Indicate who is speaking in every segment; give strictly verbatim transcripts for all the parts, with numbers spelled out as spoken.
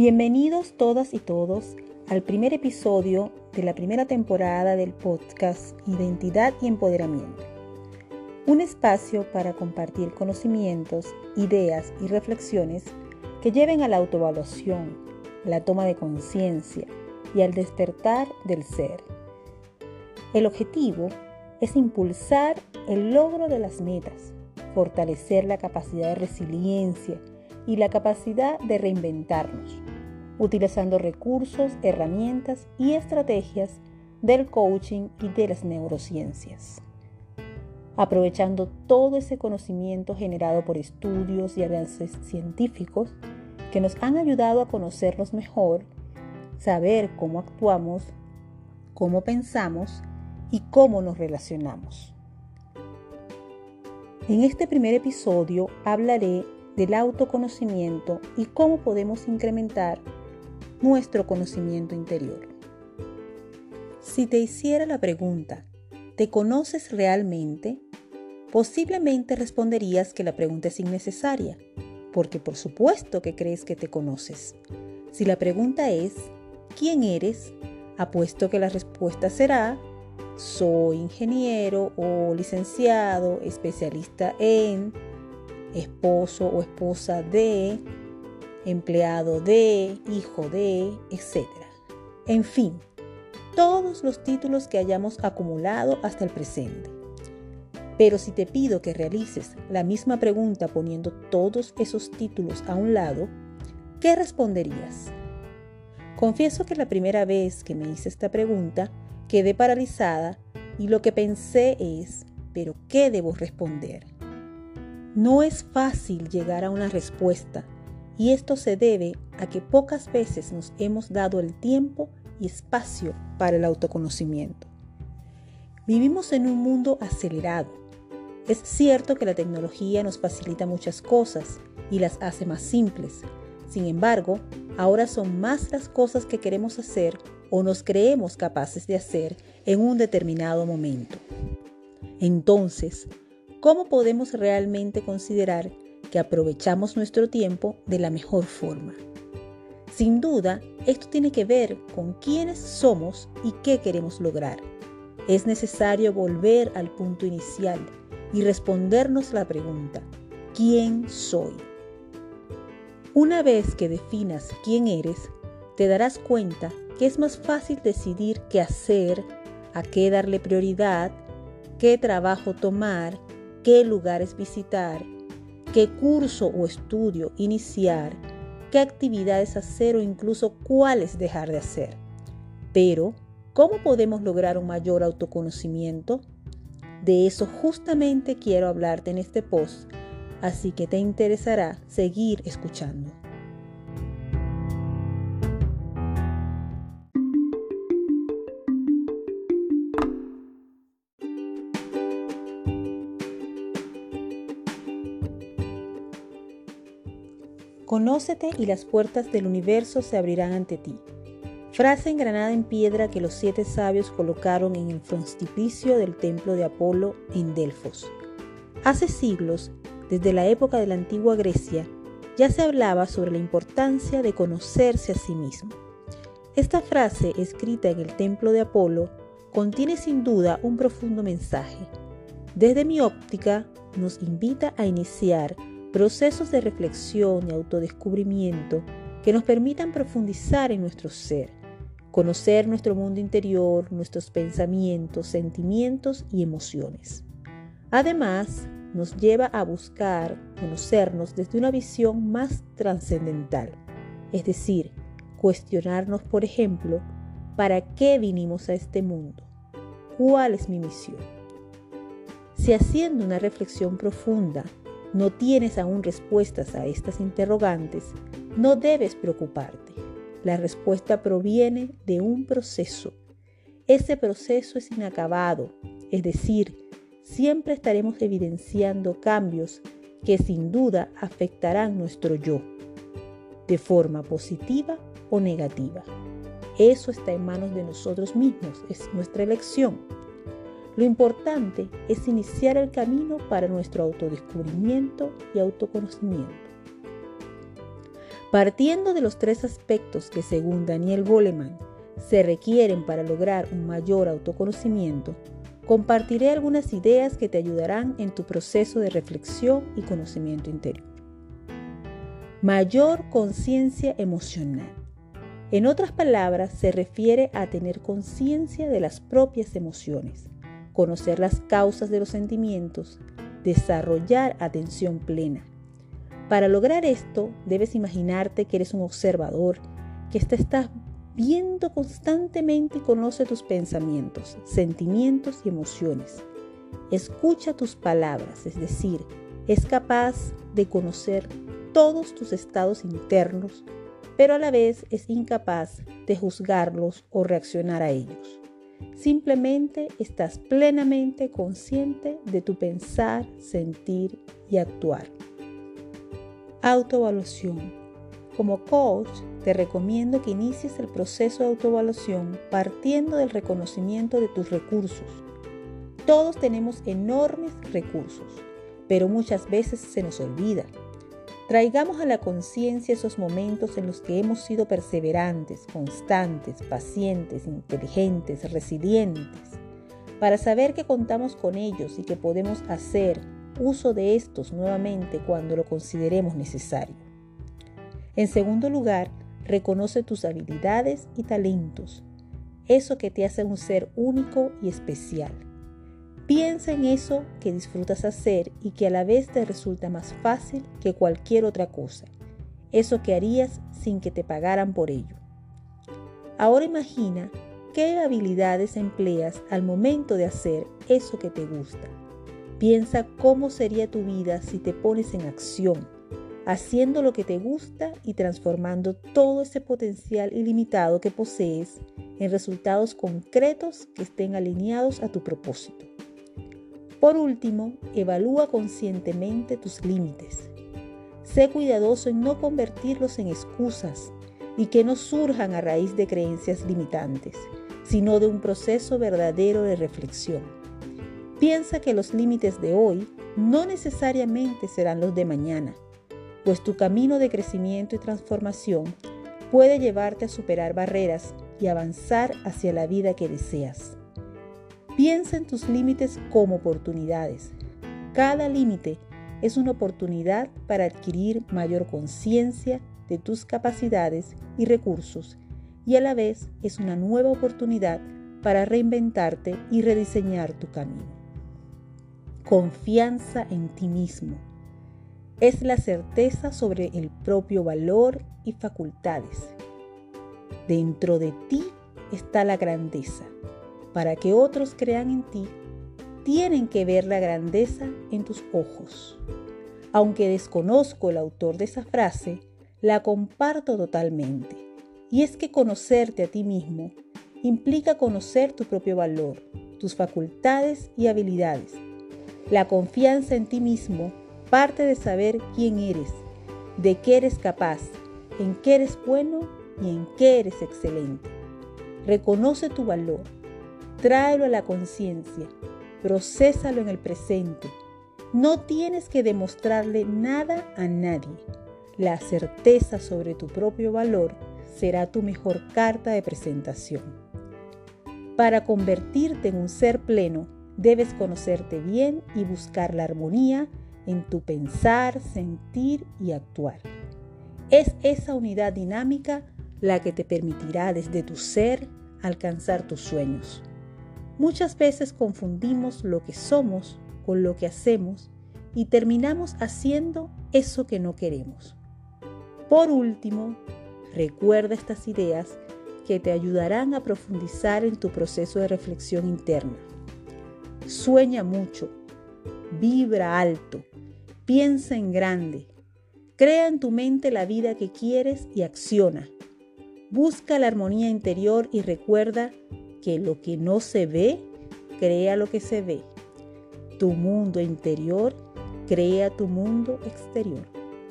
Speaker 1: Bienvenidos todas y todos al primer episodio de la primera temporada del podcast Identidad y Empoderamiento. Un espacio para compartir conocimientos, ideas y reflexiones que lleven a la autoevaluación, la toma de conciencia y al despertar del ser. El objetivo es impulsar el logro de las metas, fortalecer la capacidad de resiliencia y la capacidad de reinventarnos, utilizando recursos, herramientas y estrategias del coaching y de las neurociencias. Aprovechando todo ese conocimiento generado por estudios y avances científicos que nos han ayudado a conocernos mejor, saber cómo actuamos, cómo pensamos y cómo nos relacionamos. En este primer episodio hablaré del autoconocimiento y cómo podemos incrementar nuestro conocimiento interior. Si te hiciera la pregunta, ¿te conoces realmente? Posiblemente responderías que la pregunta es innecesaria, porque por supuesto que crees que te conoces. Si la pregunta es, ¿quién eres? Apuesto que la respuesta será, soy ingeniero o licenciado, especialista en, esposo o esposa de, empleado de, hijo de, etcétera. En fin, todos los títulos que hayamos acumulado hasta el presente. Pero si te pido que realices la misma pregunta poniendo todos esos títulos a un lado, ¿qué responderías? Confieso que la primera vez que me hice esta pregunta, quedé paralizada y lo que pensé es, ¿pero qué debo responder? No es fácil llegar a una respuesta y esto se debe a que pocas veces nos hemos dado el tiempo y espacio para el autoconocimiento. Vivimos en un mundo acelerado. Es cierto que la tecnología nos facilita muchas cosas y las hace más simples. Sin embargo, ahora son más las cosas que queremos hacer o nos creemos capaces de hacer en un determinado momento. Entonces, ¿cómo podemos realmente considerar que aprovechamos nuestro tiempo de la mejor forma? Sin duda, esto tiene que ver con quiénes somos y qué queremos lograr. Es necesario volver al punto inicial y respondernos la pregunta, ¿quién soy? Una vez que definas quién eres, te darás cuenta que es más fácil decidir qué hacer, a qué darle prioridad, qué trabajo tomar, qué lugares visitar, qué curso o estudio iniciar, qué actividades hacer o incluso cuáles dejar de hacer. Pero, ¿cómo podemos lograr un mayor autoconocimiento? De eso justamente quiero hablarte en este post, así que te interesará seguir escuchando. Conócete y las puertas del universo se abrirán ante ti. Frase engranada en piedra que los siete sabios colocaron en el frontispicio del templo de Apolo en Delfos. Hace siglos, desde la época de la antigua Grecia, ya se hablaba sobre la importancia de conocerse a sí mismo. Esta frase, escrita en el templo de Apolo, contiene sin duda un profundo mensaje. Desde mi óptica, nos invita a iniciar procesos de reflexión y autodescubrimiento que nos permitan profundizar en nuestro ser, conocer nuestro mundo interior, nuestros pensamientos, sentimientos y emociones. Además, nos lleva a buscar conocernos desde una visión más trascendental, es decir, cuestionarnos, por ejemplo, ¿para qué vinimos a este mundo? ¿Cuál es mi misión? Si haciendo una reflexión profunda no tienes aún respuestas a estas interrogantes, no debes preocuparte. La respuesta proviene de un proceso. Ese proceso es inacabado, es decir, siempre estaremos evidenciando cambios que sin duda afectarán nuestro yo, de forma positiva o negativa. Eso está en manos de nosotros mismos, es nuestra elección. Lo importante es iniciar el camino para nuestro autodescubrimiento y autoconocimiento. Partiendo de los tres aspectos que según Daniel Goleman se requieren para lograr un mayor autoconocimiento, compartiré algunas ideas que te ayudarán en tu proceso de reflexión y conocimiento interior. Mayor conciencia emocional. En otras palabras, se refiere a tener conciencia de las propias emociones, conocer las causas de los sentimientos, desarrollar atención plena. Para lograr esto, debes imaginarte que eres un observador, que te estás viendo constantemente y conoce tus pensamientos, sentimientos y emociones. Escucha tus palabras, es decir, es capaz de conocer todos tus estados internos, pero a la vez es incapaz de juzgarlos o reaccionar a ellos. Simplemente estás plenamente consciente de tu pensar, sentir y actuar. Autoevaluación. Como coach, te recomiendo que inicies el proceso de autoevaluación partiendo del reconocimiento de tus recursos. Todos tenemos enormes recursos, pero muchas veces se nos olvida. Traigamos a la conciencia esos momentos en los que hemos sido perseverantes, constantes, pacientes, inteligentes, resilientes, para saber que contamos con ellos y que podemos hacer uso de estos nuevamente cuando lo consideremos necesario. En segundo lugar, reconoce tus habilidades y talentos, eso que te hace un ser único y especial. Piensa en eso que disfrutas hacer y que a la vez te resulta más fácil que cualquier otra cosa, eso que harías sin que te pagaran por ello. Ahora imagina qué habilidades empleas al momento de hacer eso que te gusta. Piensa cómo sería tu vida si te pones en acción, haciendo lo que te gusta y transformando todo ese potencial ilimitado que posees en resultados concretos que estén alineados a tu propósito. Por último, evalúa conscientemente tus límites. Sé cuidadoso en no convertirlos en excusas y que no surjan a raíz de creencias limitantes, sino de un proceso verdadero de reflexión. Piensa que los límites de hoy no necesariamente serán los de mañana, pues tu camino de crecimiento y transformación puede llevarte a superar barreras y avanzar hacia la vida que deseas. Piensa en tus límites como oportunidades. Cada límite es una oportunidad para adquirir mayor conciencia de tus capacidades y recursos y a la vez es una nueva oportunidad para reinventarte y rediseñar tu camino. Confianza en ti mismo. Es la certeza sobre el propio valor y facultades. Dentro de ti está la grandeza. Para que otros crean en ti, tienen que ver la grandeza en tus ojos. Aunque desconozco el autor de esa frase, la comparto totalmente. Y es que conocerte a ti mismo implica conocer tu propio valor, tus facultades y habilidades. La confianza en ti mismo parte de saber quién eres, de qué eres capaz, en qué eres bueno y en qué eres excelente. Reconoce tu valor. Tráelo a la conciencia, procésalo en el presente. No tienes que demostrarle nada a nadie. La certeza sobre tu propio valor será tu mejor carta de presentación. Para convertirte en un ser pleno, debes conocerte bien y buscar la armonía en tu pensar, sentir y actuar. Es esa unidad dinámica la que te permitirá desde tu ser alcanzar tus sueños. Muchas veces confundimos lo que somos con lo que hacemos y terminamos haciendo eso que no queremos. Por último, recuerda estas ideas que te ayudarán a profundizar en tu proceso de reflexión interna. Sueña mucho, vibra alto, piensa en grande, crea en tu mente la vida que quieres y acciona. Busca la armonía interior y recuerda que lo que no se ve, crea lo que se ve. Tu mundo interior crea tu mundo exterior.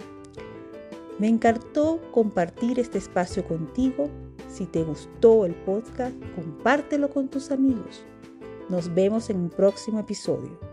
Speaker 1: Me encantó compartir este espacio contigo. Si te gustó el podcast, compártelo con tus amigos. Nos vemos en un próximo episodio.